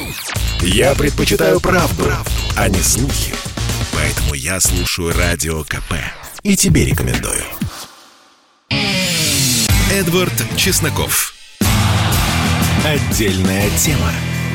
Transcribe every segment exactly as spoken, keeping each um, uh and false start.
Я предпочитаю правду, правду, а не слухи. Поэтому я слушаю Радио КП. И тебе рекомендую. Эдвард Чесноков. Отдельная тема.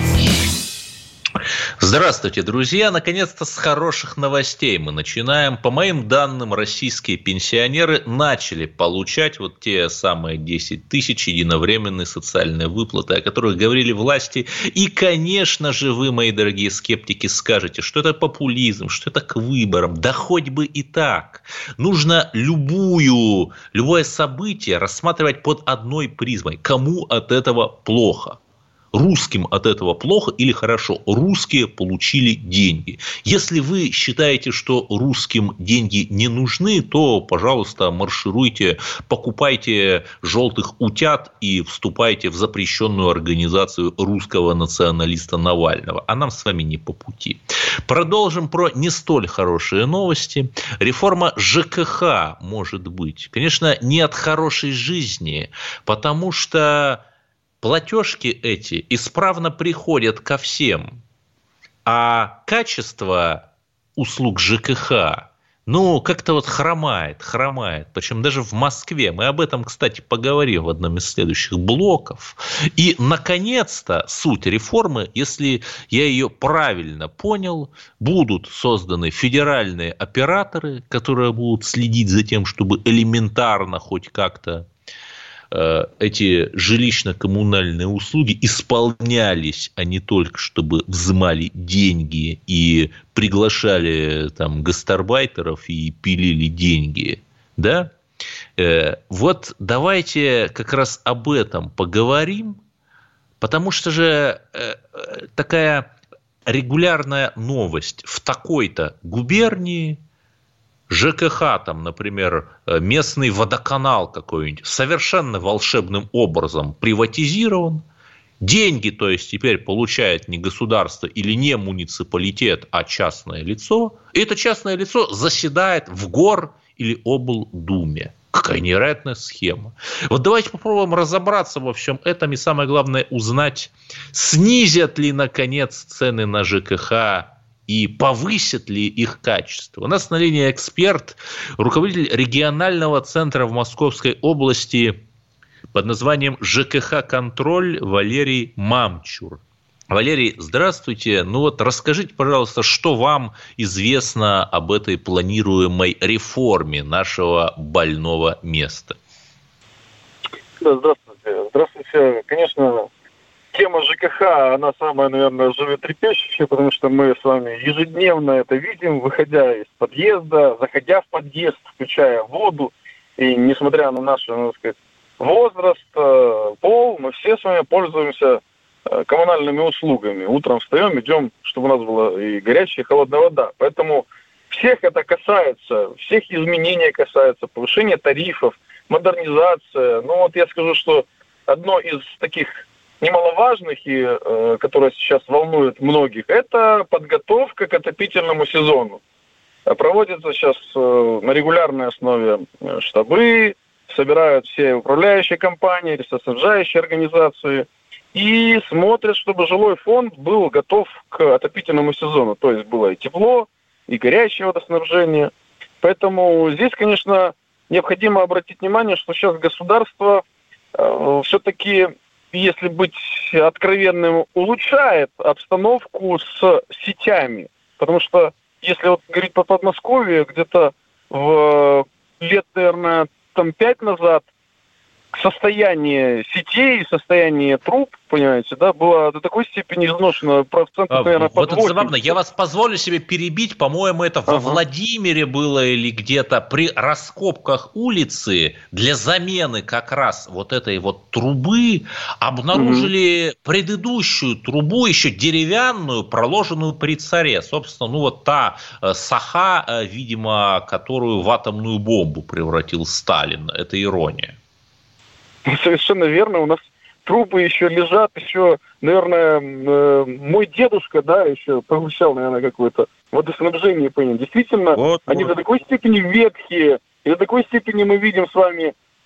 Здравствуйте, друзья! Наконец-то с хороших новостей мы начинаем. По моим данным, российские пенсионеры начали получать вот те самые десять тысяч единовременные социальные выплаты, о которых говорили власти. И, конечно же, вы, мои дорогие скептики, скажете, что это популизм, что это к выборам. Да хоть бы и так. Нужно любую, любое событие рассматривать под одной призмой. Кому от этого плохо? Русским от этого плохо или хорошо? Русские получили деньги. Если вы считаете, что русским деньги не нужны, то, пожалуйста, маршируйте, покупайте желтых утят и вступайте в запрещенную организацию русского националиста Навального. А нам с вами не по пути. Продолжим про не столь хорошие новости. Реформа ЖКХ может быть. Конечно, не от хорошей жизни, потому что платежки эти исправно приходят ко всем, а качество услуг ЖКХ, ну, как-то вот хромает, хромает. Причем даже в Москве. Мы об этом, кстати, поговорим в одном из следующих блоков. И, наконец-то, суть реформы, если я ее правильно понял, будут созданы федеральные операторы, которые будут следить за тем, чтобы элементарно хоть как-то эти жилищно-коммунальные услуги исполнялись, а не только чтобы взимали деньги и приглашали там гастарбайтеров и пилили деньги, да? Вот давайте как раз об этом поговорим, потому что же такая регулярная новость в такой-то губернии, ЖКХ, там, например, местный водоканал какой-нибудь совершенно волшебным образом приватизирован. Деньги, то есть, теперь получает не государство или не муниципалитет, а частное лицо. И это частное лицо заседает в гор- или облдуме. Какая невероятная схема. Вот давайте попробуем разобраться во всем этом. И самое главное узнать, снизят ли, наконец, цены на ЖКХ и повысит ли их качество. У нас на линии эксперт, руководитель регионального центра в Московской области под названием ЖКХ-контроль Валерий Мамчур. Валерий, здравствуйте. Ну вот расскажите, пожалуйста, что вам известно об этой планируемой реформе нашего больного места? Да, здравствуйте. Здравствуйте. Конечно, тема ЖКХ, она самая, наверное, животрепещущая, потому что мы с вами ежедневно это видим, выходя из подъезда, заходя в подъезд, включая воду. И несмотря на наш, так сказать, возраст, пол, мы все с вами пользуемся коммунальными услугами. Утром встаем, идем, чтобы у нас была и горячая, и холодная вода. Поэтому всех это касается, всех изменений касается, повышения тарифов, модернизация. Ну вот я скажу, что одно из таких немаловажных, и э, которое сейчас волнует многих, это подготовка к отопительному сезону. Проводятся сейчас э, на регулярной основе штабы, собирают все управляющие компании, лесоснабжающие организации и смотрят, чтобы жилой фонд был готов к отопительному сезону. То есть было и тепло, и горячее водоснабжение. Поэтому здесь, конечно, необходимо обратить внимание, что сейчас государство э, все-таки, если быть откровенным, улучшает обстановку с сетями. Потому что, если вот говорить по Подмосковью, где-то в лет, наверное, там пять назад состояние сетей, состояние труб, понимаете, да, было до такой степени изношено, процентов, а, наверное, под вот это забавно, я вас позволю себе перебить, по-моему, это ага. во Владимире было или где-то при раскопках улицы для замены как раз вот этой вот трубы обнаружили mm-hmm. предыдущую трубу, еще деревянную, проложенную при царе, собственно, ну вот та э, саха, э, видимо, которую в атомную бомбу превратил Сталин, это ирония. Совершенно верно. У нас трубы еще лежат, еще, наверное, мой дедушка, да, еще получал, наверное, какое-то водоснабжение, понял. Действительно, вот, они вот. до такой степени ветхие, и до такой степени мы видим с вами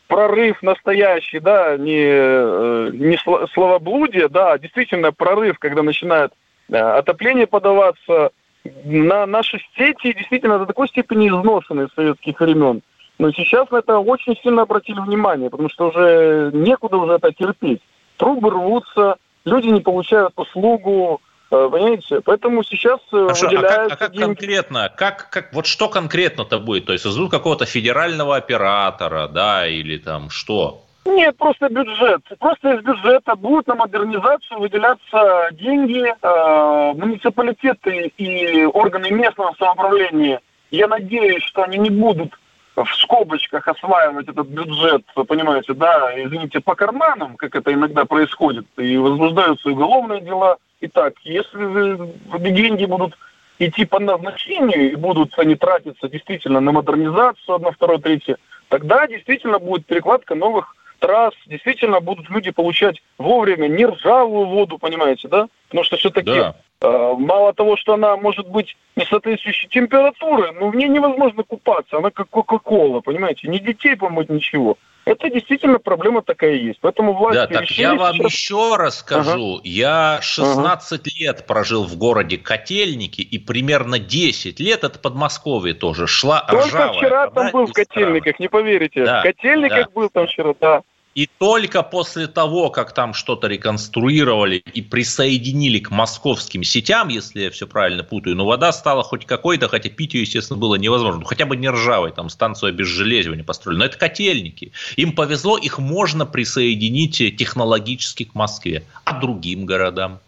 прорыв настоящий, да, не, не словоблудие, да, действительно прорыв, когда начинает отопление подаваться. На наши сети действительно до такой степени изношены с советских времен. Но сейчас на это очень сильно обратили внимание, потому что уже некуда уже это терпеть. Трубы рвутся, люди не получают услугу, понимаете? Поэтому сейчас Хорошо, выделяются а как, а как деньги. конкретно, как, как, вот что конкретно-то будет? То есть создадут какого-то федерального оператора, да, или там что? Нет, просто бюджет. Просто из бюджета будут на модернизацию выделяться деньги. Э, муниципалитеты и органы местного самоуправления, я надеюсь, что они не будут в скобочках осваивать этот бюджет, понимаете, да, извините, по карманам, как это иногда происходит, и возбуждаются уголовные дела. Итак, если деньги будут идти по назначению, и будут они тратиться действительно на модернизацию, одно, второе, третье, тогда действительно будет перекладка новых трасс, действительно будут люди получать вовремя не ржавую воду, понимаете, да? Потому что все-таки да. э, мало того, что она может быть не соответствующей температуры, но в ней невозможно купаться, она как Кока-Кола, понимаете, ни детей помыть, ничего. Это действительно проблема такая есть. Поэтому власти да, так решили я вам сейчас... еще раз скажу. Ага. Я шестнадцать ага. лет прожил в городе Котельники, и примерно десять лет, это Подмосковье тоже, шла только ржавая. Только вчера там был в Котельниках, не поверите. Да, в Котельниках да. был там вчера, да. И только после того, как там что-то реконструировали и присоединили к московским сетям, если я все правильно путаю, но вода стала хоть какой-то, хотя пить ее, естественно, было невозможно. Ну, хотя бы не ржавой, там станцию обезжелезивания построили. Но это Котельники. Им повезло, их можно присоединить технологически к Москве. А другим городам?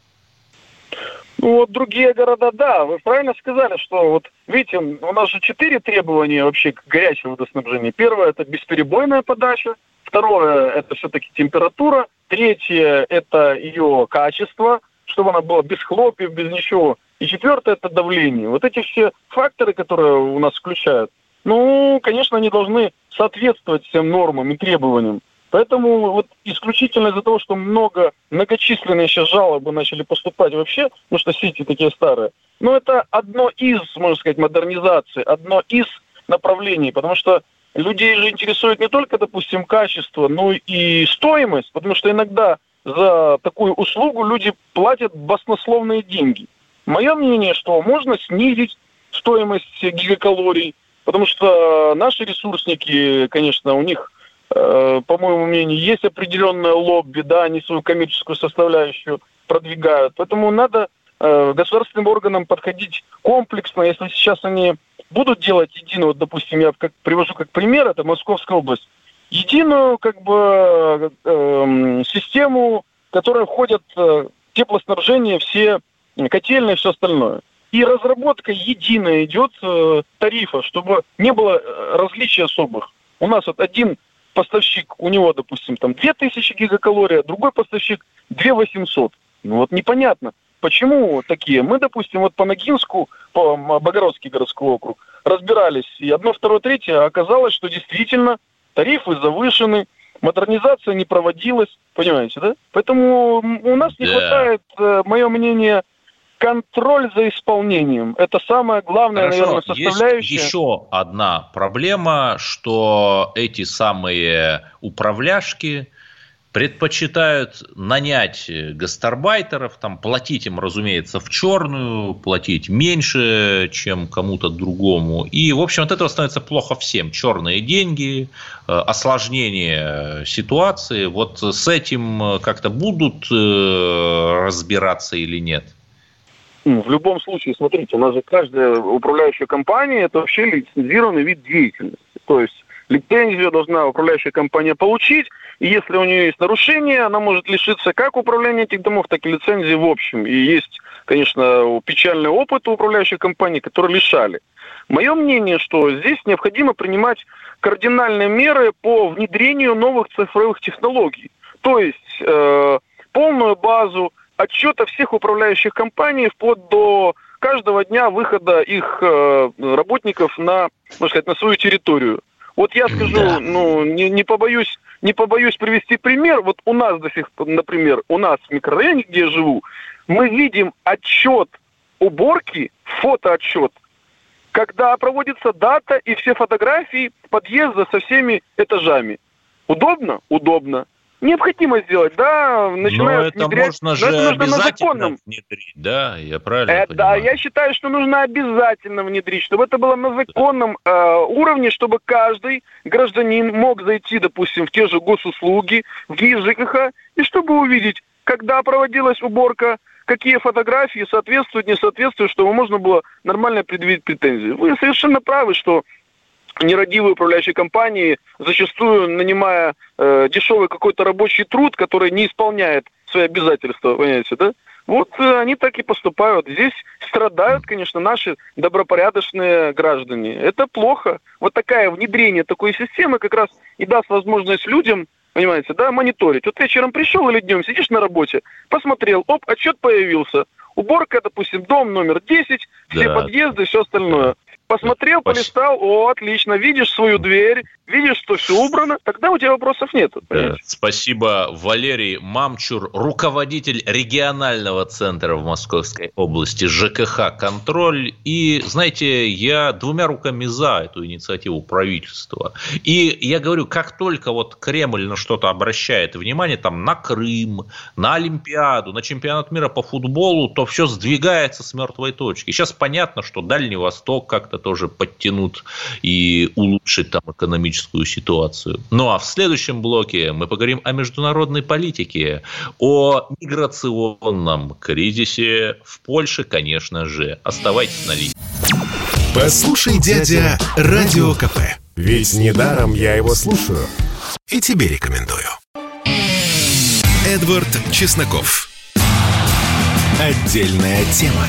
Ну, вот другие города, да, вы правильно сказали, что вот, видите, у нас же четыре требования вообще к горячему водоснабжению. Первое – это бесперебойная подача. Второе – это все-таки температура. Третье – это ее качество, чтобы она была без хлопьев, без ничего. И четвертое – это давление. Вот эти все факторы, которые у нас включают, ну, конечно, они должны соответствовать всем нормам и требованиям. Поэтому вот исключительно из-за того, что много, многочисленные сейчас жалобы начали поступать вообще, потому что сети такие старые, но это одно из, можно сказать, модернизаций, одно из направлений, потому что людей же интересует не только, допустим, качество, но и стоимость, потому что иногда за такую услугу люди платят баснословные деньги. Мое мнение, что можно снизить стоимость гигакалорий, потому что наши ресурсники, конечно, у них, э, по моему мнению, есть определенное лобби, да, они свою коммерческую составляющую продвигают. Поэтому надо э, государственным органам подходить комплексно, если сейчас они будут делать единую, вот, допустим, я как привожу как пример, это Московская область, единую как бы э, систему, в которую входят э, теплоснабжение, все котельные и все остальное. И разработка единая идет э, тарифа, чтобы не было различий особых. У нас вот один поставщик, у него, допустим, там две тысячи гигакалорий, а другой поставщик две тысячи восемьсот. Ну вот непонятно. Почему такие? Мы, допустим, вот по Ногинску, по Богородский городской округ, разбирались, и одно, второе, третье, оказалось, что действительно тарифы завышены, модернизация не проводилась, понимаете, да? Поэтому у нас не yeah. хватает, мое мнение, контроль за исполнением. Это самая главная, Хорошо. наверное, составляющая. Есть еще одна проблема, что эти самые управляшки предпочитают нанять гастарбайтеров, там, платить им, разумеется, в черную, платить меньше, чем кому-то другому. И, в общем, от этого становится плохо всем. Черные деньги, осложнение ситуации. Вот с этим как-то будут разбираться или нет? В любом случае, смотрите, у нас же каждая управляющая компания – это вообще лицензированный вид деятельности. То есть лицензию должна управляющая компания получить, и если у нее есть нарушение, она может лишиться как управления этих домов, так и лицензии в общем. И есть, конечно, печальный опыт у управляющих компаний, которые лишали. Мое мнение, что здесь необходимо принимать кардинальные меры по внедрению новых цифровых технологий. То есть э, полную базу отчета всех управляющих компаний вплоть до каждого дня выхода их э, работников на, можно сказать, на свою территорию. Вот я скажу, да. ну, не, не побоюсь, не побоюсь привести пример. Вот у нас до сих пор, например, у нас в микрорайоне, где я живу, мы видим отчет уборки, фотоотчет, когда проводится дата и все фотографии подъезда со всеми этажами. Удобно? Удобно. Необходимо сделать, да, начинают Но это внедрять. можно же это нужно обязательно внедрить, да, я правильно это, понимаю? Я считаю, что нужно обязательно внедрить, чтобы это было на законном э, уровне, чтобы каждый гражданин мог зайти, допустим, в те же госуслуги, в ГИС ЖКХ, и чтобы увидеть, когда проводилась уборка, какие фотографии соответствуют, не соответствуют, чтобы можно было нормально предъявить претензии. Вы совершенно правы, что нерадивые управляющие компании, зачастую нанимая э, дешевый какой-то рабочий труд, который не исполняет свои обязательства, понимаете, да? Вот э, они так и поступают. Здесь страдают, конечно, наши добропорядочные граждане. Это плохо. Вот такое внедрение такой системы как раз и даст возможность людям, понимаете, да, мониторить. Вот вечером пришел или днем сидишь на работе, посмотрел, оп, отчет появился. Уборка, допустим, дом номер десять, все да. подъезды, все остальное. Посмотрел, полистал, о, отлично, видишь свою дверь, видишь, что все убрано, тогда у тебя вопросов нет. Да. Спасибо, Валерий Мамчур, руководитель регионального центра в Московской области ЖКХ «Контроль». И, знаете, я двумя руками за эту инициативу правительства. И я говорю, как только вот Кремль на что-то обращает внимание, там, на Крым, на Олимпиаду, на чемпионат мира по футболу, то все сдвигается с мертвой точки. Сейчас понятно, что Дальний Восток как-то тоже подтянут и улучшить там экономическую ситуацию. Ну а в следующем блоке мы поговорим о международной политике, о миграционном кризисе в Польше, конечно же. Оставайтесь на линии. Послушай, дядя, Радио КП. Ведь недаром я его слушаю. И тебе рекомендую. Эдвард Чесноков. Отдельная тема.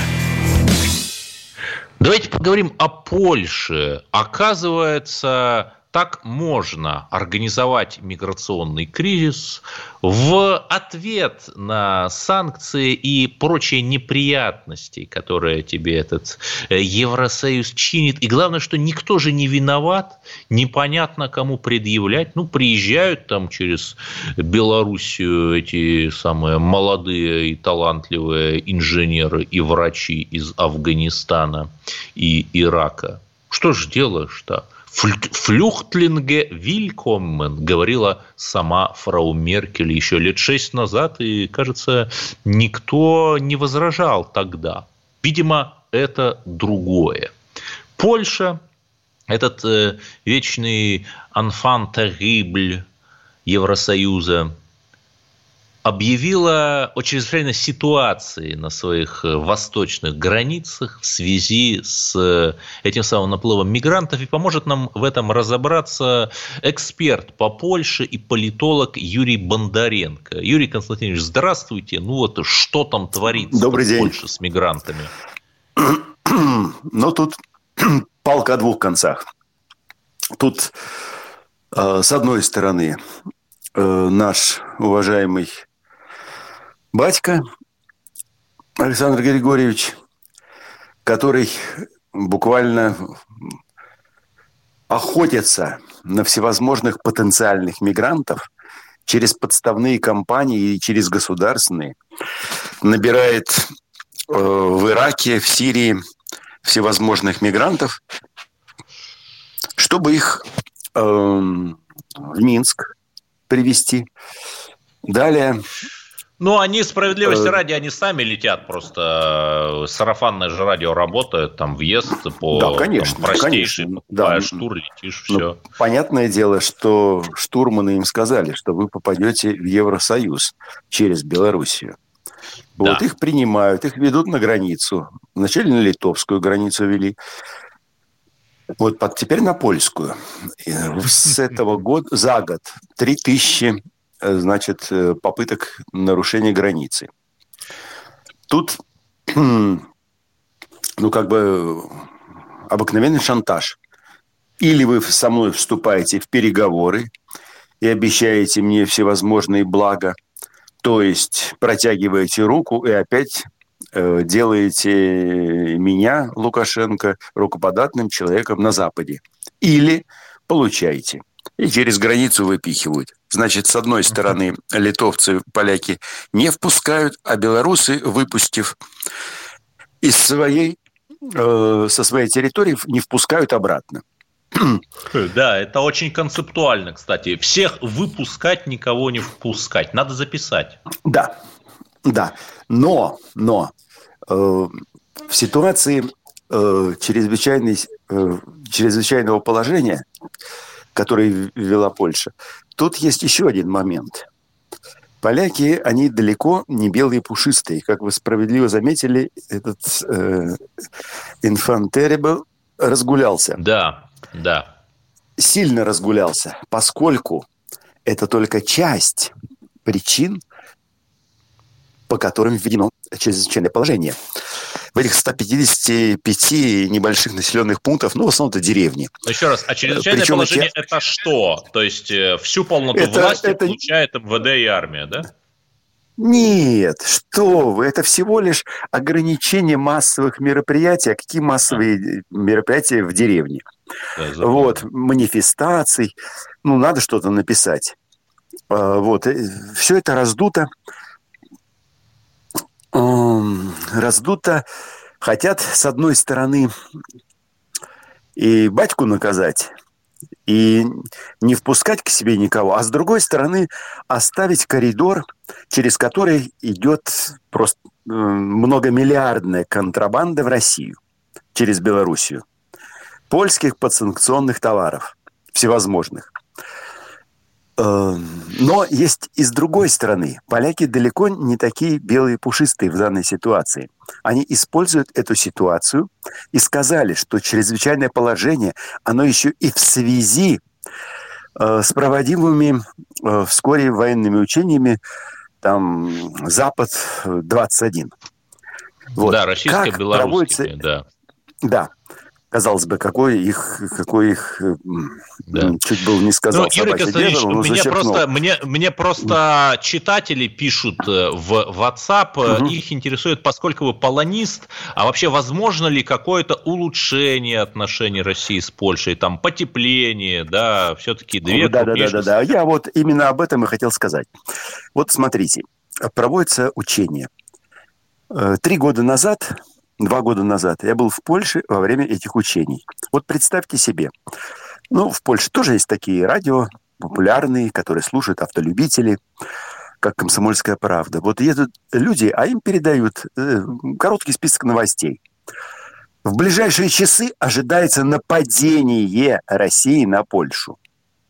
Давайте поговорим о Польше. Оказывается, так можно организовать миграционный кризис в ответ на санкции и прочие неприятности, которые тебе этот Евросоюз чинит. И главное, что никто же не виноват, непонятно кому предъявлять. Ну, приезжают там через Белоруссию эти самые молодые и талантливые инженеры и врачи из Афганистана и Ирака. Что ж делаешь-то? «Флюхтлинге вилькоммен», говорила сама фрау Меркель еще лет шесть назад, и, кажется, никто не возражал тогда. Видимо, это другое. Польша, этот э, вечный «enfant terrible» Евросоюза, объявила о чрезвычайной ситуации на своих восточных границах в связи с этим самым наплывом мигрантов. И поможет нам в этом разобраться эксперт по Польше и политолог Юрий Бондаренко. Юрий Константинович, здравствуйте. Ну вот что там творится Добрый в день. Польше с мигрантами? Ну, тут палка о двух концах. Тут, э, с одной стороны, э, наш уважаемый батька Александр Григорьевич, который буквально охотится на всевозможных потенциальных мигрантов через подставные компании и через государственные, набирает э, в Ираке, в Сирии всевозможных мигрантов, чтобы их э, в Минск привезти. Далее... Ну, они, справедливости ради, они сами летят, просто сарафанное же радио работает, там въезд по да, конечно, там, простейший, конечно. покупаешь Да. тур, летишь, Ну, все. понятное дело, что штурманы им сказали, что вы попадете в Евросоюз через Белоруссию. Да. Вот их принимают, их ведут на границу. Вначале на литовскую границу вели, вот под, теперь на польскую. И с этого года, за год, три тысячи значит, попыток нарушения границы. Тут, ну, как бы обыкновенный шантаж. Или вы со мной вступаете в переговоры и обещаете мне всевозможные блага, то есть протягиваете руку и опять э, делаете меня, Лукашенко, рукоподатным человеком на Западе. Или получаете. И через границу выпихивают. Значит, с одной стороны, литовцы, поляки не впускают, а белорусы, выпустив из своей, э, со своей территории, не впускают обратно. Да, это очень концептуально, кстати. Всех выпускать, никого не впускать. Надо записать. Да, да. Но, но э, в ситуации э, чрезвычайной, э, чрезвычайного положения, который ввела Польша, тут есть еще один момент. Поляки, они далеко не белые пушистые. Как вы справедливо заметили, этот э, infant terrible разгулялся. Да, да. Сильно разгулялся, поскольку это только часть причин, по которым введено чрезвычайное положение. В этих ста пятидесяти пяти небольших населенных пунктах, ну, в основном это деревни. Еще раз, а чрезвычайное Причем положение эти... это что? То есть всю полноту это, власти это... получает эм вэ дэ и армия, да? Нет, что вы, это всего лишь ограничение массовых мероприятий. А какие массовые а. мероприятия в деревне? Да, вот, манифестаций, ну, надо что-то написать. Вот, все это раздуто. Раздуто. Хотят, с одной стороны, и батьку наказать, и не впускать к себе никого, а с другой стороны оставить коридор, через который идет просто многомиллиардная контрабанда в Россию, через Белоруссию. Польских подсанкционных товаров, всевозможных. Но есть и с другой стороны. Поляки далеко не такие белые пушистые в данной ситуации. Они используют эту ситуацию и сказали, что чрезвычайное положение, оно еще и в связи э, с проводимыми э, вскоре военными учениями там Запад-двадцать один. Вот. Да, российско-белорусские, да. Да. Казалось бы, какой их, какой их, да. Чуть было не сказал. Ну, Юрий Константинович, мне просто, мне, мне просто читатели пишут в WhatsApp, угу. Их интересует, поскольку вы полонист, а вообще возможно ли какое-то улучшение отношений России с Польшей, там потепление, да, все-таки две да, да, да, да, да. Я вот именно об этом и хотел сказать. Вот смотрите, проводится учение. Три года назад... Два года назад я был в Польше во время этих учений. Вот представьте себе. Ну, в Польше тоже есть такие радио популярные, которые слушают автолюбители, как «Комсомольская правда». Вот едут люди, а им передают э, короткий список новостей. В ближайшие часы ожидается нападение России на Польшу.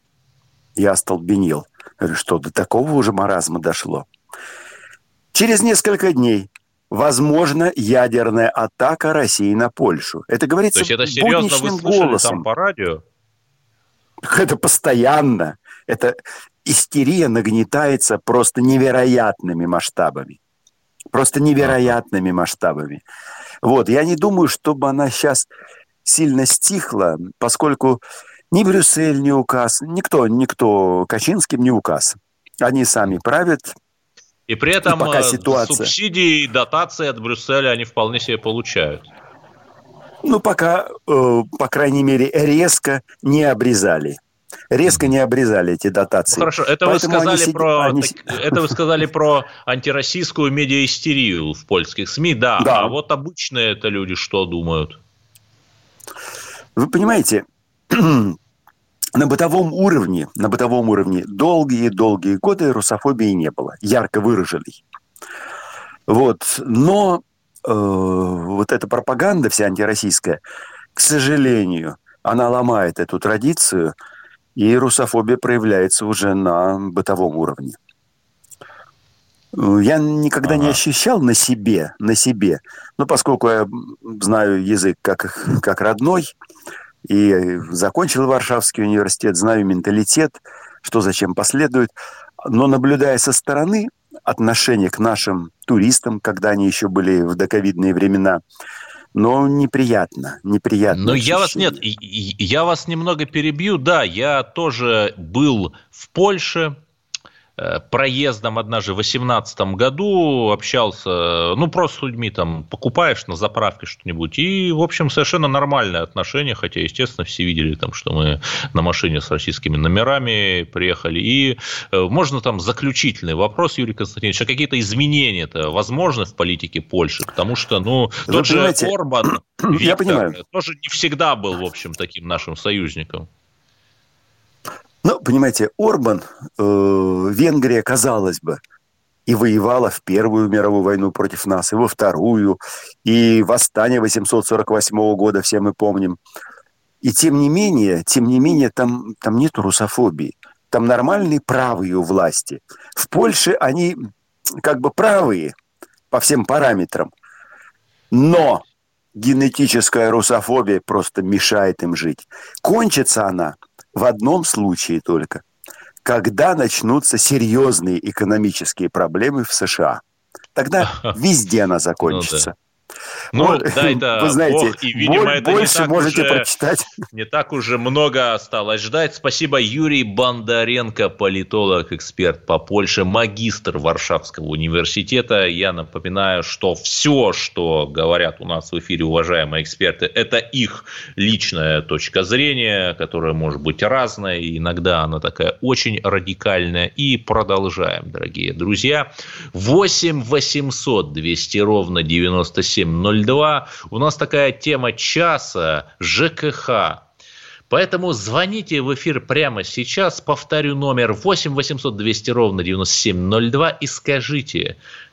Я остолбенел. Говорю, что до такого уже маразма дошло. Через несколько дней возможно ядерная атака России на Польшу. Это говорится будничным голосом. То есть это серьезно вы слышали там по радио? Это постоянно. Это истерия нагнетается просто невероятными масштабами. Просто невероятными масштабами. Вот. Я не думаю, чтобы она сейчас сильно стихла, поскольку ни Брюссель не указ, никто, никто Качинским не указ. Они сами правят. И при этом и ситуация... субсидии и дотации от Брюсселя они вполне себе получают. Ну, пока, э, по крайней мере, резко не обрезали. Резко не обрезали эти дотации. Ну, хорошо, это вы, сказали сид... про, они... это вы сказали про антироссийскую медиаистерию в польских СМИ, да. да. А вот обычные это люди что думают? Вы понимаете... На бытовом уровне, на бытовом уровне долгие-долгие годы русофобии не было, ярко выраженной. Вот. Но э, вот эта пропаганда вся антироссийская, к сожалению, она ломает эту традицию, и русофобия проявляется уже на бытовом уровне. Я никогда ага. не ощущал на себе, на себе, но поскольку я знаю язык как, как родной, и закончил Варшавский университет, знаю менталитет, что зачем последует. Но наблюдая со стороны отношение к нашим туристам, когда они еще были в доковидные времена, но неприятно, неприятно. Но я вас, нет, я вас немного перебью. Да, я тоже был в Польше. проездом однажды в восемнадцатом году общался, ну, просто с людьми, там, покупаешь на заправке что-нибудь, и, в общем, совершенно нормальное отношение, хотя, естественно, все видели, там, что мы на машине с российскими номерами приехали, и можно там заключительный вопрос, Юрий Константинович, а какие-то изменения-то возможны в политике Польши? Потому что, ну, Вы тот же Орбан, я Виктор, понимаю. тоже не всегда был, в общем, таким нашим союзником. Ну, понимаете, Орбан, э, Венгрия, казалось бы, и воевала в Первую мировую войну против нас, и во Вторую, и восстание восемьсот сорок восьмого года, все мы помним. И тем не менее, тем не менее, там, там нету русофобии. Там нормальные правые у власти. В Польше они как бы правые по всем параметрам. Но генетическая русофобия просто мешает им жить. Кончится она в одном случае только, когда начнутся серьезные экономические проблемы в США. Тогда везде она закончится. Ну, вот, да, это вы знаете, Бог, и, видимо, боль, это больше не так можете уже, прочитать. Не так уже много осталось ждать. Спасибо, Юрий Бондаренко, политолог, эксперт по Польше, магистр Варшавского университета. Я напоминаю, что все, что говорят у нас в эфире уважаемые эксперты, это их личная точка зрения, которая может быть разная, и иногда она такая очень радикальная. И продолжаем, дорогие друзья. восемь восемьсот двести ровно девяносто семь ноль два. У нас такая тема часа – ЖКХ. Поэтому звоните в эфир прямо сейчас. Повторю номер восемь восемьсот двести ровно девяносто семь ноль два и скажите,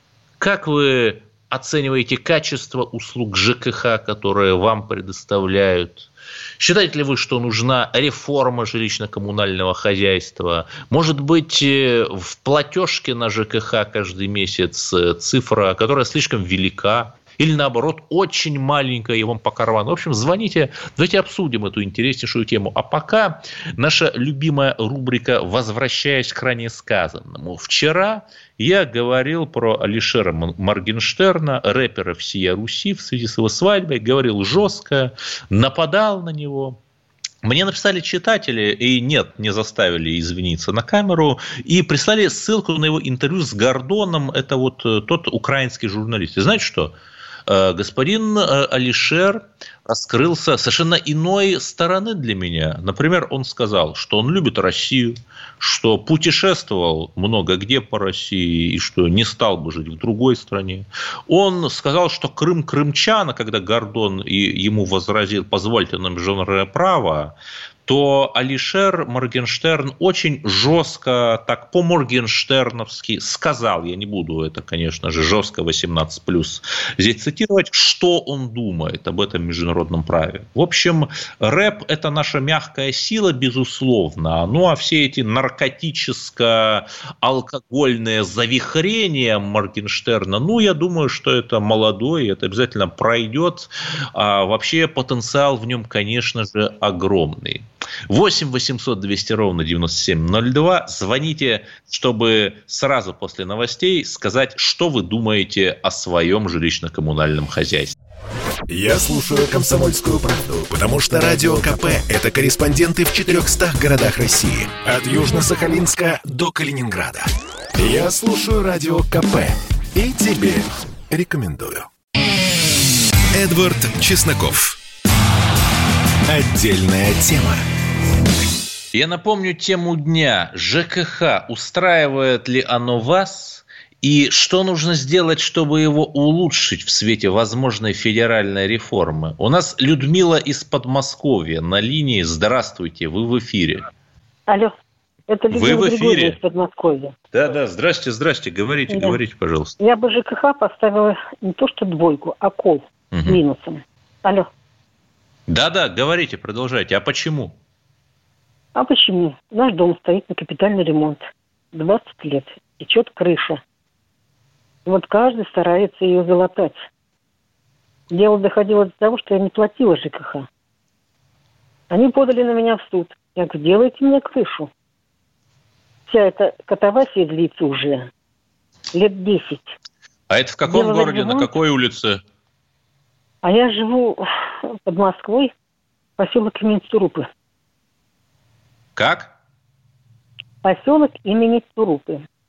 как вы оцениваете качество услуг ЖКХ, которые вам предоставляют? Считаете ли вы, что нужна реформа жилищно-коммунального хозяйства? Может быть, в платежке на ЖКХ каждый месяц цифра, которая слишком велика? Или, наоборот, очень маленькая и вам по карману. В общем, звоните, давайте обсудим эту интереснейшую тему. А пока наша любимая рубрика «Возвращаясь к ранее сказанному». Вчера я говорил про Алишера Моргенштерна, рэпера всея Руси, в связи с его свадьбой. Говорил жестко, нападал на него. Мне написали читатели, и нет, не заставили извиниться на камеру, и прислали ссылку на его интервью с Гордоном. Это вот тот украинский журналист. И знаете что? Господин Алишер раскрылся совершенно иной стороны для меня. Например, он сказал, что он любит Россию, что путешествовал много где по России и что не стал бы жить в другой стране. Он сказал, что Крым крымчан, когда Гордон и ему возразил, позвольте нам международное право, то Алишер Моргенштерн очень жестко, так по-моргенштерновски сказал, я не буду это, конечно же, жестко восемнадцать плюс здесь цитировать, что он думает об этом международном праве. В общем, рэп – это наша мягкая сила, безусловно, ну а все эти наркотическо-алкогольные завихрения Моргенштерна, ну, я думаю, что это молодой, это обязательно пройдет, а вообще потенциал в нем, конечно же, огромный. восемь восемьсот двести ровно девяносто семь ноль два. Звоните, чтобы сразу после новостей сказать, что вы думаете о своем жилищно-коммунальном хозяйстве. Я слушаю «Комсомольскую правду», потому что Радио КП – это корреспонденты в четырехстах городах России. От Южно-Сахалинска до Калининграда. Я слушаю Радио КП и тебе рекомендую. Эдвард Чесноков. Отдельная тема. Я напомню тему дня. ЖКХ. Устраивает ли оно вас? И что нужно сделать, чтобы его улучшить в свете возможной федеральной реформы? У нас Людмила из Подмосковья на линии. Здравствуйте, вы в эфире. Алло, это Людмила Вы в эфире? из Подмосковья. Да, да, здрасте, здрасте, говорите, Да. говорите, пожалуйста. Я бы ЖКХ поставила не то что двойку, а кол Угу. с минусом. Алло. Да, да, говорите, продолжайте. А почему? А почему? Наш дом стоит на капитальный ремонт. двадцать лет. Течет крыша. И вот каждый старается ее залатать. Дело доходило до того, что я не платила ЖКХ. Они подали на меня в суд. Я говорю, делайте мне крышу. Вся эта катавасия длится уже лет десять. А это в каком Делала городе, ремонт. на какой улице? А я живу под Москвой, поселок имени Как? Поселок имени Цурупы.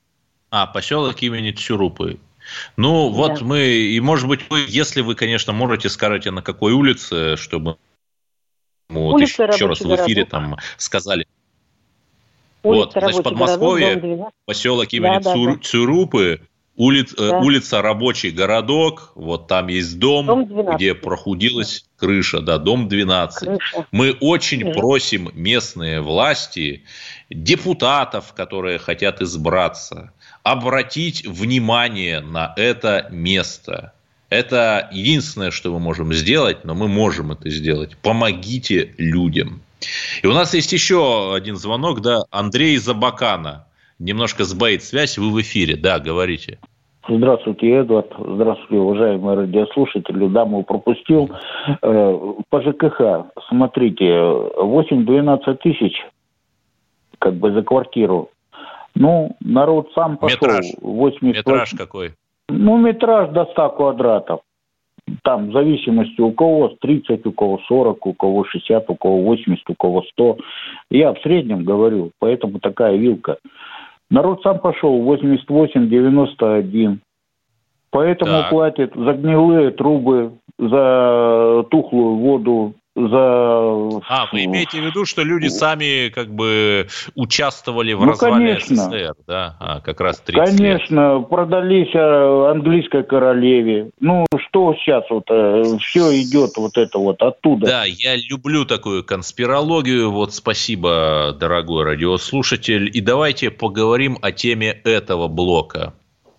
А, поселок имени Цюрупы. Ну, вот да. мы, и может быть, вы, если вы, конечно, можете, скажите, на какой улице, чтобы мы вот еще, еще раз в эфире городок. Там сказали. Улица, вот, значит, Подмосковье, поселок имени да, Цюр, да, да. Цюрупы, улиц, да. улица Рабочий городок, вот там есть дом, где прохудилась крыша, да, дом двенадцать. Крыша. Мы очень да. просим местные власти, депутатов, которые хотят избраться, обратить внимание на это место. Это единственное, что мы можем сделать, но мы можем это сделать. Помогите людям. И у нас есть еще один звонок, да, Андрей из Абакана. Немножко сбоит связь, вы в эфире, да, говорите. Здравствуйте, Эдвард. Здравствуйте, уважаемые радиослушатели. Даму пропустил. По ЖКХ, смотрите, восемь-двенадцать тысяч как бы за квартиру. Ну, народ сам пошел. Метраж. восемьдесят Метраж какой? Ну, метраж до ста квадратов. Там в зависимости у кого тридцать, у кого сорок, у кого шестьдесят, у кого восемьдесят, у кого сто. Я в среднем говорю, поэтому такая вилка. Народ сам пошел восемьдесят восемь девяносто один. Поэтому так. платит за гнилые трубы, за тухлую воду, за... А, вы имеете в виду, что люди сами как бы участвовали в ну, развале конечно. СССР, да? А, как раз тридцать Конечно, лет. Продались английской королеве. Ну, что сейчас вот, все идет вот это вот оттуда. Да, я люблю такую конспирологию. Вот спасибо, дорогой радиослушатель. И давайте поговорим о теме этого блока.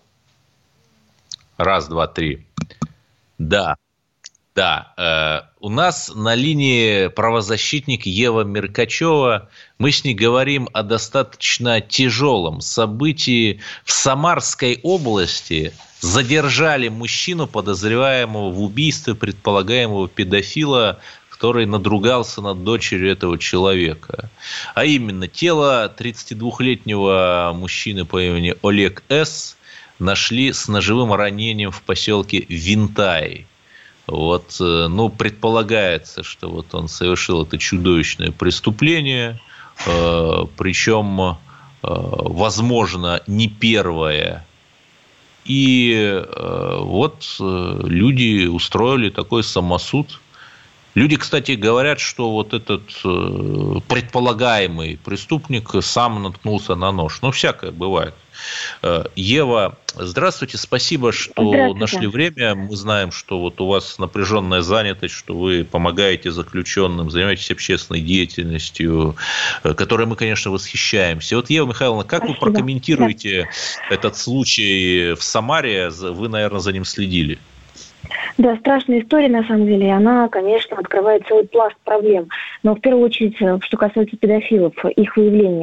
Раз, два, три. Да. Да, э, у нас на линии правозащитник Ева Меркачева. Мы с ней говорим о достаточно тяжелом событии. В Самарской области задержали мужчину, подозреваемого в убийстве предполагаемого педофила, который надругался над дочерью этого человека. А именно, тело тридцатидвухлетнего мужчины по имени Олег С. нашли с ножевым ранением в поселке Винтай. Вот, ну, предполагается, что вот он совершил это чудовищное преступление, э, причем, э, возможно, не первое. И э, вот э, люди устроили такой самосуд. Люди, кстати, говорят, что вот этот э, предполагаемый преступник сам наткнулся на нож. Ну, всякое бывает. Э, Ева, здравствуйте, спасибо, что здравствуйте. Нашли время. Мы знаем, что вот у вас напряженная занятость, что вы помогаете заключенным, занимаетесь общественной деятельностью, э, которой мы, конечно, восхищаемся. Вот, Ева Михайловна, как спасибо. Вы прокомментируете да. этот случай в Самаре? Вы, наверное, за ним следили. Да, страшная история, на самом деле, и она, конечно, открывает целый пласт проблем. Но в первую очередь, что касается педофилов, их выявления,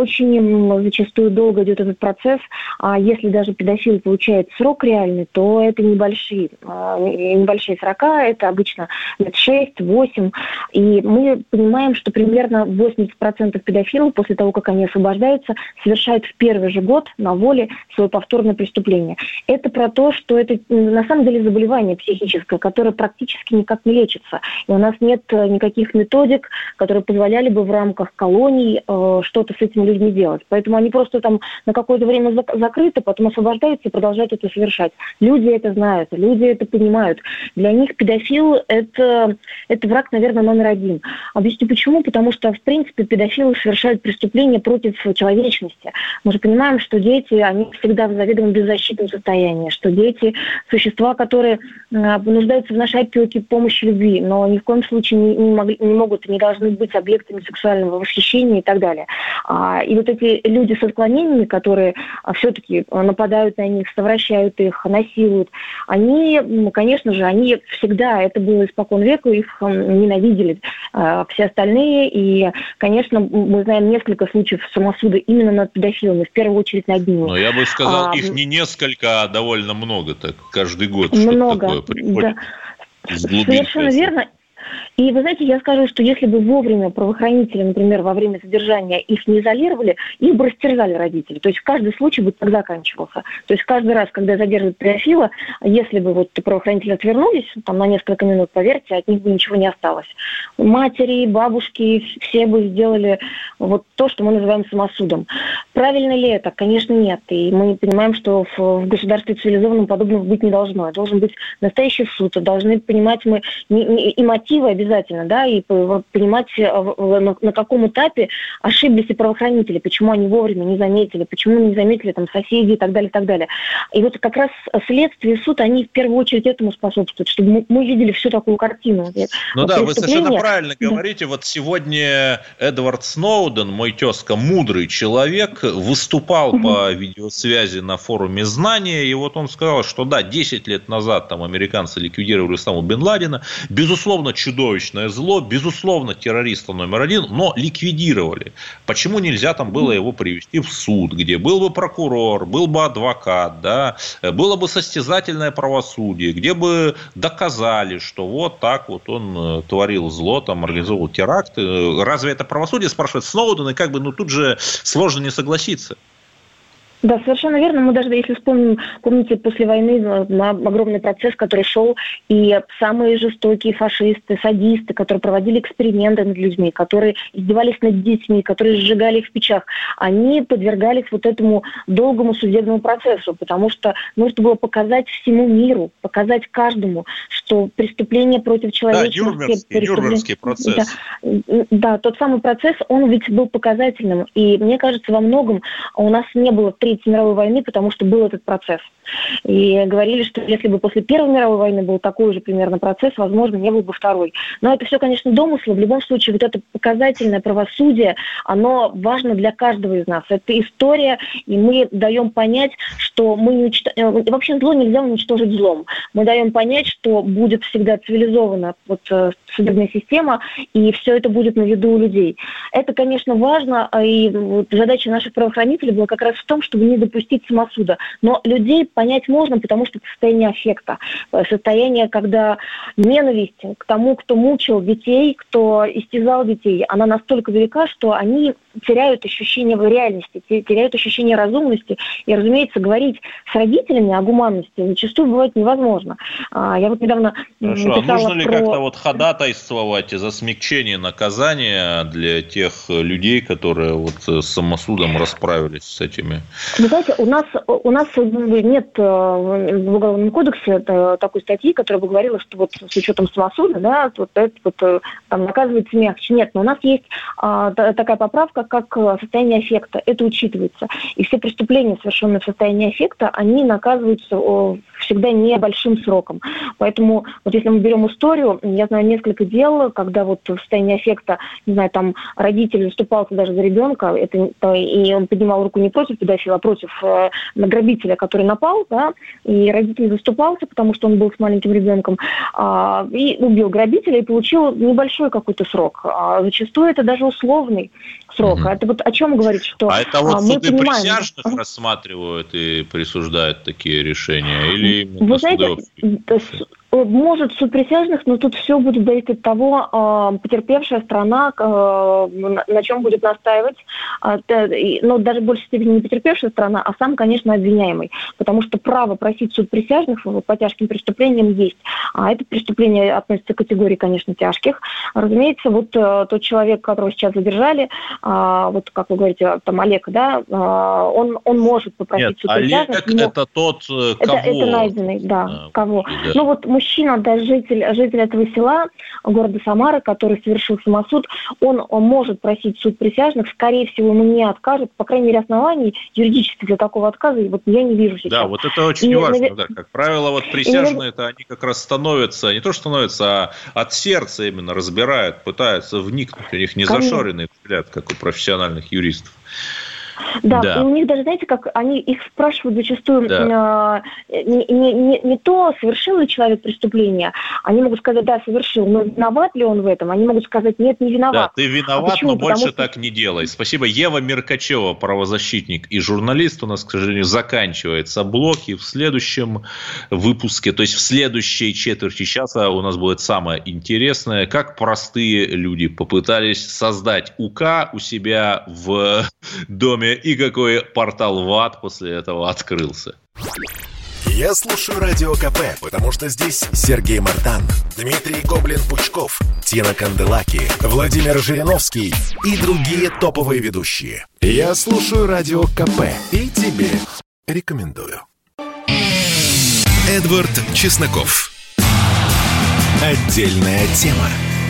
очень зачастую долго идет этот процесс, а если даже педофил получает срок реальный, то это небольшие, небольшие срока, это обычно лет шесть-восемь, и мы понимаем, что примерно восемьдесят процентов педофилов после того, как они освобождаются, совершают в первый же год на воле свое повторное преступление. Это про то, что это на самом деле заболевание психическое, которое практически никак не лечится. И у нас нет никаких методик, которые позволяли бы в рамках колоний э, что-то с этими людьми делать. Поэтому они просто там на какое-то время зак- закрыты, потом освобождаются и продолжают это совершать. Люди это знают, люди это понимают. Для них педофил это, это враг, наверное, номер один. Объясню почему. Потому что, в принципе, педофилы совершают преступления против человечности. Мы же понимаем, что дети, они всегда в заведомо беззащитном состоянии, что дети – существа, которые нуждаются в нашей опеке, помощи, любви, но ни в коем случае не, не, могли, не могут и не должны быть объектами сексуального восхищения и так далее. А, и вот эти люди с отклонениями, которые а, все-таки нападают на них, совращают их, насилуют, они, конечно же, они всегда, это было испокон века, их ненавидели а, все остальные, и, конечно, мы знаем несколько случаев самосуда именно над педофилами, в первую очередь над ними. Но я бы сказал, а, их не несколько, а довольно много, так каждый год много. Что-то такое приходит. Да. Совершенно верно. И вы знаете, я скажу, что если бы вовремя правоохранители, например, во время задержания их не изолировали, их бы растерзали родители. То есть каждый случай бы так заканчивался. То есть каждый раз, когда задерживают педофила, если бы вот правоохранители отвернулись там, на несколько минут, поверьте, от них бы ничего не осталось. Матери, бабушки, все бы сделали вот то, что мы называем самосудом. Правильно ли это? Конечно, нет. И мы понимаем, что в, в государстве цивилизованном подобного быть не должно. Должен быть настоящий суд. Должны понимать мы не, не, и мотивы обязательно, да, и понимать, на, на каком этапе ошиблись и правоохранители, почему они вовремя не заметили, почему не заметили там соседи и так далее, и так далее. И вот как раз следствие и суд, они в первую очередь этому способствуют, чтобы мы, мы видели всю такую картину. Ну да, вы совершенно правильно да. говорите. Вот сегодня Эдвард Сноуден, мой тезка, мудрый человек, выступал угу. по видеосвязи на форуме «Знания», и вот он сказал, что да, десять лет назад там американцы ликвидировали Усаму бен Ладена, безусловно, чудовищное зло, безусловно, террориста номер один, но ликвидировали. Почему нельзя там было его привести в суд, где был бы прокурор, был бы адвокат, да, было бы состязательное правосудие, где бы доказали, что вот так вот он творил зло, там организовал теракт. Разве это правосудие, спрашивает Сноуден, и как бы, ну тут же сложно не согласиться. Да, совершенно верно. Мы даже, если вспомним, помните, после войны огромный процесс, который шел, и самые жестокие фашисты, садисты, которые проводили эксперименты над людьми, которые издевались над детьми, которые сжигали их в печах, они подвергались вот этому долгому судебному процессу, потому что нужно было показать всему миру, показать каждому, что преступление против человечности... Да, Нюрнбергский, Нюрнбергский процесс. Да, да, тот самый процесс, он ведь был показательным, и мне кажется, во многом у нас не было Третьей мировой войны, потому что был этот процесс. И говорили, что если бы после Первой мировой войны был такой же примерно процесс, возможно, не был бы второй. Но это все, конечно, домыслы. В любом случае, вот это показательное правосудие, оно важно для каждого из нас. Это история, и мы даем понять, что мы не уничтож... вообще зло нельзя уничтожить злом. Мы даем понять, что будет всегда цивилизована вот, судебная система, и все это будет на виду у людей. Это, конечно, важно, и вот задача наших правоохранителей была как раз в том, чтобы не допустить самосуда. Но людей понять можно, потому что это состояние аффекта. Состояние, когда ненависть к тому, кто мучил детей, кто истязал детей, она настолько велика, что они теряют ощущение реальности, теряют ощущение разумности. И, разумеется, говорить с родителями о гуманности зачастую бывает невозможно. Я вот недавно Хорошо, а нужно ли про... как-то вот ходатайствовать за смягчение наказания для тех людей, которые вот с самосудом расправились с этими? Вы знаете, у нас, у нас нет в Уголовном кодексе такой статьи, которая бы говорила, что вот с учетом самосуда, да, вот это вот там наказывается мягче. Нет, но у нас есть а, такая поправка, как состояние аффекта. Это учитывается. И все преступления, совершенные в состоянии аффекта, они наказываются всегда небольшим сроком. Поэтому вот если мы берем историю, я знаю несколько дел, когда вот в состоянии аффекта, не знаю, там родитель выступался даже за ребенка, это, и он поднимал руку не против педофила, а против э, грабителя, который напал, да, и родитель заступался, потому что он был с маленьким ребенком, э, и убил грабителя и получил небольшой какой-то срок. А зачастую это даже условный срок. Mm-hmm. Это вот о чем говорит, что а это вот а, суды понимаем... присяжных рассматривают и присуждают такие решения? Или Вы знаете, может суд присяжных, но тут все будет зависеть от того, э, потерпевшая сторона, э, на, на чем будет настаивать, э, но даже в большей степени не потерпевшая сторона, а сам, конечно, обвиняемый, потому что право просить суд присяжных по тяжким преступлениям есть, а это преступление относится к категории, конечно, тяжких. Разумеется, вот э, тот человек, которого сейчас задержали, э, вот как вы говорите, там Олег, да, э, он, он может попросить Нет, суд Олег присяжных. Олег это тот, кого? Это, это найденный, да, а, кого. Да. Ну вот мужчина, да, житель, житель этого села, города Самары, который совершил самосуд, он, он может просить суд присяжных, скорее всего, ему не откажут, по крайней мере, оснований юридически для такого отказа вот я не вижу сейчас. Да, вот это очень и, важно, навер... да, как правило, вот присяжные, и... это они как раз становятся, не то что становятся, а от сердца именно разбирают, пытаются вникнуть, у них не зашоренный взгляд, как у профессиональных юристов. Да, Да. и у них даже, знаете, как они их спрашивают зачастую, Да. э, не, не, не, не то, совершил ли человек преступление, они могут сказать, да, совершил, но виноват ли он в этом? Они могут сказать, нет, не Да, виноват. ты А виноват, почему? но Потому больше что- так не делай. Спасибо. Ева Меркачева, правозащитник и журналист. У нас, к сожалению, заканчивается блок. И в следующем выпуске, то есть в следующей четверти часа у нас будет самое интересное. Как простые люди попытались создать УК у себя в доме и какой портал в ад после этого открылся. Я слушаю Радио КП, потому что здесь Сергей Мартан, Дмитрий Гоблин-Пучков, Тина Канделаки, Владимир Жириновский и другие топовые ведущие. Я слушаю Радио КП и тебе рекомендую. Эдвард Чесноков. Отдельная тема.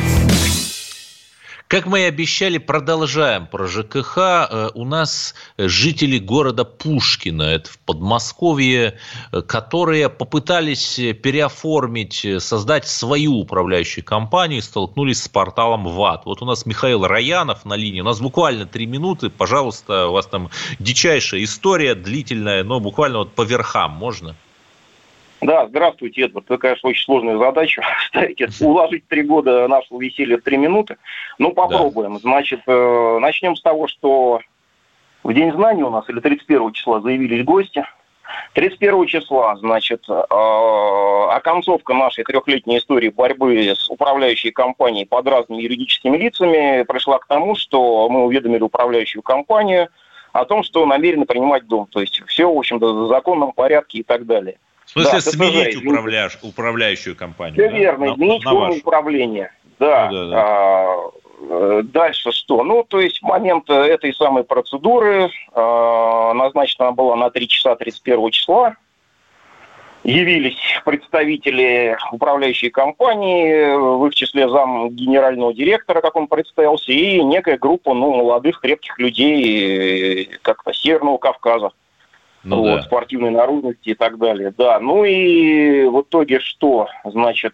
Как мы и обещали, продолжаем про ЖКХ. У нас жители города Пушкино, это в Подмосковье, которые попытались переоформить, создать свою управляющую компанию и столкнулись с порталом в ад. Вот у нас Михаил Раянов на линии. У нас буквально три минуты. Пожалуйста, у вас там дичайшая история, длительная, но буквально вот по верхам можно? Да, здравствуйте, Эдвард. Это, конечно, очень сложная задача. Уложить три года нашего веселья в три минуты. Ну, попробуем. Да. Значит, начнем с того, что в День знаний у нас, или тридцать первого числа, заявились гости. тридцать первого числа, значит, оконцовка нашей трехлетней истории борьбы с управляющей компанией под разными юридическими лицами пришла к тому, что мы уведомили управляющую компанию о том, что намерены принимать дом. То есть все, в общем-то, в законном порядке и так далее. В смысле, да, сменить ТПЖ, управляющую, управляющую компанию? Все да? верно, на, изменить на форму управления. Да. Ну, да, да. А, дальше что? Ну, то есть в момент этой самой процедуры а, назначена она была на три часа тридцать первого числа. Явились представители управляющей компании, в их числе зам генерального директора, как он представился, и некая группа, ну, молодых, крепких людей, как-то Северного Кавказа. Ну, вот, да. Спортивной наружности и так далее. Да, ну и в итоге что? Значит,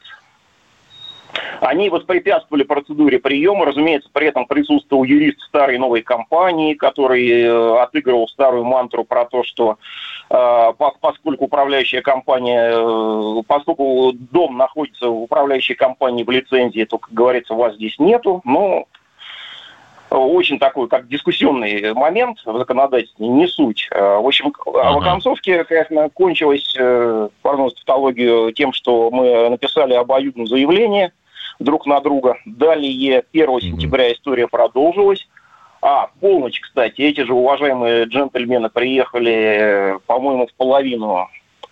они воспрепятствовали процедуре приема. Разумеется, при этом присутствовал юрист старой новой компании, который э, отыгрывал старую мантру про то, что э, поскольку управляющая компания, э, поскольку дом находится в управляющей компании в лицензии, то, как говорится, вас здесь нету. Но очень такой, как дискуссионный момент в законодательстве, не суть. В общем, uh-huh. в оконцовке, конечно, кончилось, пардон, тавтологию, тем, что мы написали обоюдное заявление друг на друга. Далее, первого uh-huh. сентября история продолжилась. А, в полночь, кстати, эти же уважаемые джентльмены приехали, по-моему, в половину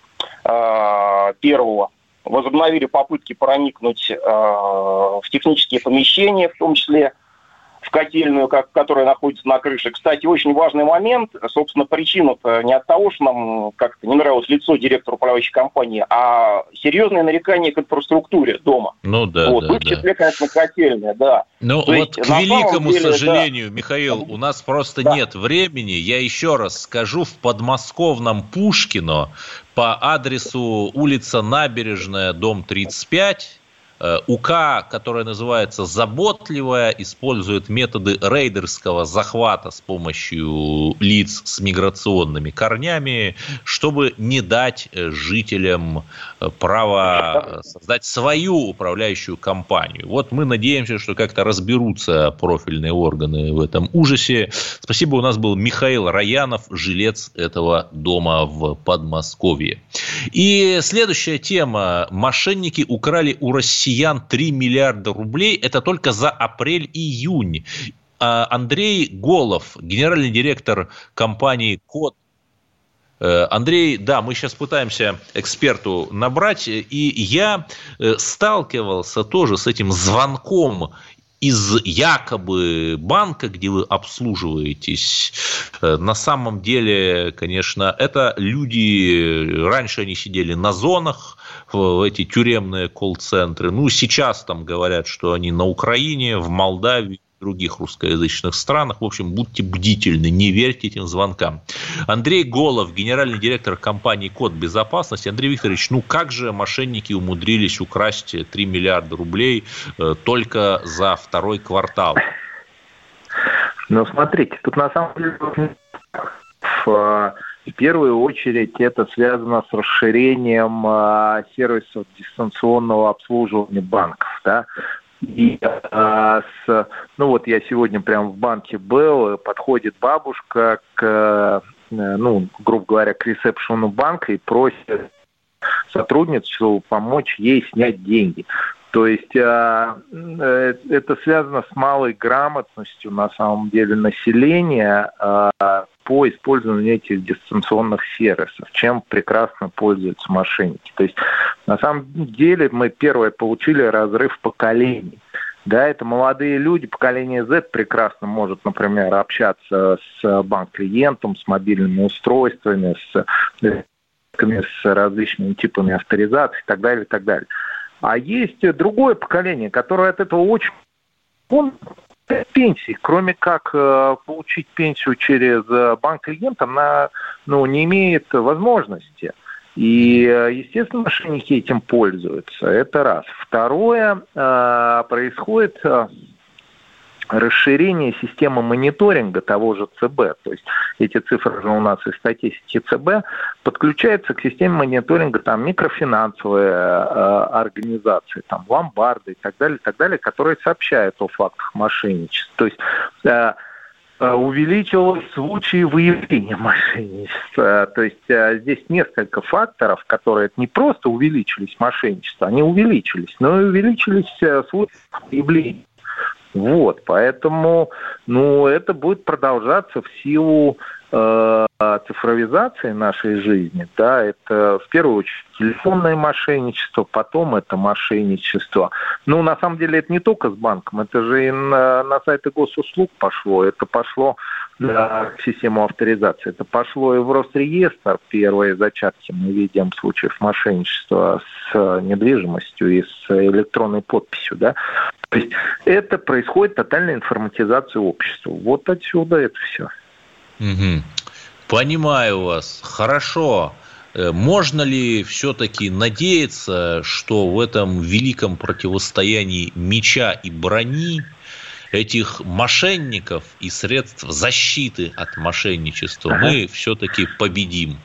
э, первого. Возобновили попытки проникнуть э, в технические помещения, в том числе в котельную, как, которая находится на крыше. Кстати, очень важный момент. Собственно, причина-то не от того, что нам как-то не нравилось лицо директора управляющей компании, а серьезное нарекание к инфраструктуре дома. Ну да, вот. да, В числе, да. конечно, котельная, да. Ну То вот, есть, к великому деле, сожалению, да. Михаил, у нас просто да. нет времени. Я еще раз скажу, в подмосковном Пушкино по адресу улица Набережная, дом тридцать пять, УК, которая называется «Заботливая», использует методы рейдерского захвата с помощью лиц с миграционными корнями, чтобы не дать жителям права создать свою управляющую компанию. Вот мы надеемся, что как-то разберутся профильные органы в этом ужасе. Спасибо, у нас был Михаил Раянов, жилец этого дома в Подмосковье. И следующая тема. Мошенники украли у россиян три миллиарда рублей. Это только за апрель-июнь. Андрей Голов, генеральный директор компании «Код». Андрей, да, мы сейчас пытаемся эксперту набрать, и я сталкивался тоже с этим звонком из якобы банка, где вы обслуживаетесь. На самом деле, конечно, это люди, раньше они сидели на зонах, в эти тюремные колл-центры. Ну, сейчас там говорят, что они на Украине, в Молдавии, в других русскоязычных странах. В общем, будьте бдительны, не верьте этим звонкам. Андрей Голов, генеральный директор компании «Код безопасности». Андрей Викторович, ну как же мошенники умудрились украсть три миллиарда рублей э, только за второй квартал? Ну, смотрите, тут на самом деле В первую очередь это связано с расширением сервисов дистанционного обслуживания банков, да. И а, с, ну вот я сегодня прям в банке был, подходит бабушка к, ну, грубо говоря, к ресепшену банка и просит сотрудницу помочь ей снять деньги. То есть а, это связано с малой грамотностью, на самом деле, населения а, по использованию этих дистанционных сервисов, чем прекрасно пользуются мошенники. То есть на самом деле мы первое получили разрыв поколений. Да, это молодые люди, поколение Z прекрасно может, например, общаться с банк-клиентом, с мобильными устройствами, с, с различными типами авторизации и так далее, и так далее. А есть другое поколение, которое от этого очень... Он пенсии, кроме как э, получить пенсию через э, банк клиента, она, ну, не имеет возможности. И, естественно, мошенники этим пользуются. Это раз. Второе, э, происходит э, расширение системы мониторинга того же ЦБ. То есть эти цифры же у нас из статистики ЦБ подключаются к системе мониторинга там микрофинансовые э, организации, там ломбарды и так далее, и так далее, которые сообщают о фактах мошенничества. То есть э, увеличилось случаи выявления мошенничества. То есть здесь несколько факторов, которые не просто увеличились мошенничество, они увеличились, но и увеличились случаи выявления. Вот, поэтому, ну, это будет продолжаться в силу э, цифровизации нашей жизни, да, это в первую очередь телефонное мошенничество, потом это мошенничество. Ну, на самом деле, это не только с банком, это же и на, на сайты госуслуг пошло, это пошло да, в систему авторизации, это пошло и в Росреестр, первые зачатки мы видим случаев мошенничества с недвижимостью и с электронной подписью, да. То есть это происходит тотальная информатизация общества. Вот отсюда это все. Угу. Понимаю вас. Хорошо. Можно ли все-таки надеяться, что в этом великом противостоянии меча и брони этих мошенников и средств защиты от мошенничества ага. мы все-таки победим?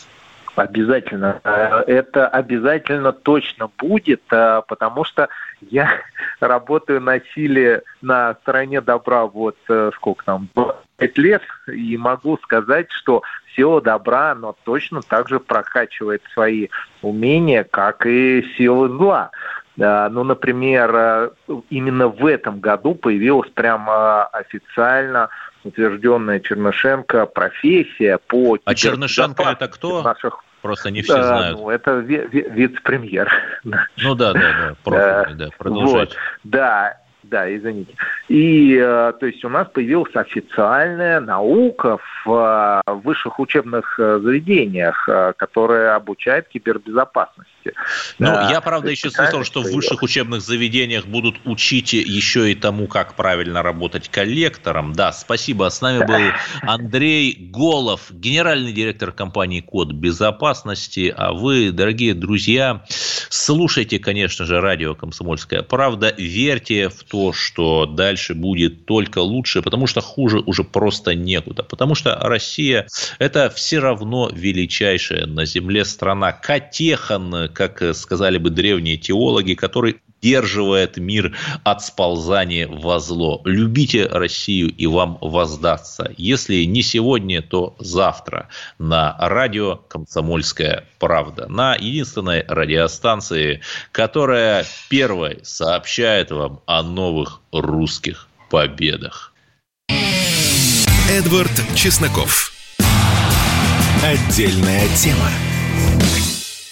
Обязательно. Это обязательно точно будет, потому что я работаю на силе, на стороне добра вот сколько там, пять лет, и могу сказать, что сила добра, оно точно так же прокачивает свои умения, как и сила зла. Ну, например, именно в этом году появилась прямо официально утвержденная Чернышенко профессия по... А Чернышенко это кто? Наших... Просто не все да, знают. Ну, это ви- ви- вице-премьер. Ну да, да, да, профильный, да, продолжайте. Вот, да, да, извините. И, то есть, у нас появилась официальная наука в высших учебных заведениях, которая обучает кибербезопасности. Ну, да, я, правда, еще слышал, что в высших учебных заведениях будут учить еще и тому, как правильно работать коллектором. Да, спасибо. С нами был Андрей Голов, генеральный директор компании «Код безопасности». А вы, дорогие друзья, слушайте, конечно же, радио «Комсомольская правда». Верьте в то, что дальше будет только лучше, потому что хуже уже просто некуда. Потому что Россия – это все равно величайшая на земле страна. Катехан, как сказали бы древние теологи, который удерживает мир от сползания во зло. Любите Россию, и вам воздастся. Если не сегодня, то завтра на радио «Комсомольская правда». На единственной радиостанции, которая первой сообщает вам о новых русских победах. Эдвард Чесноков. Отдельная тема.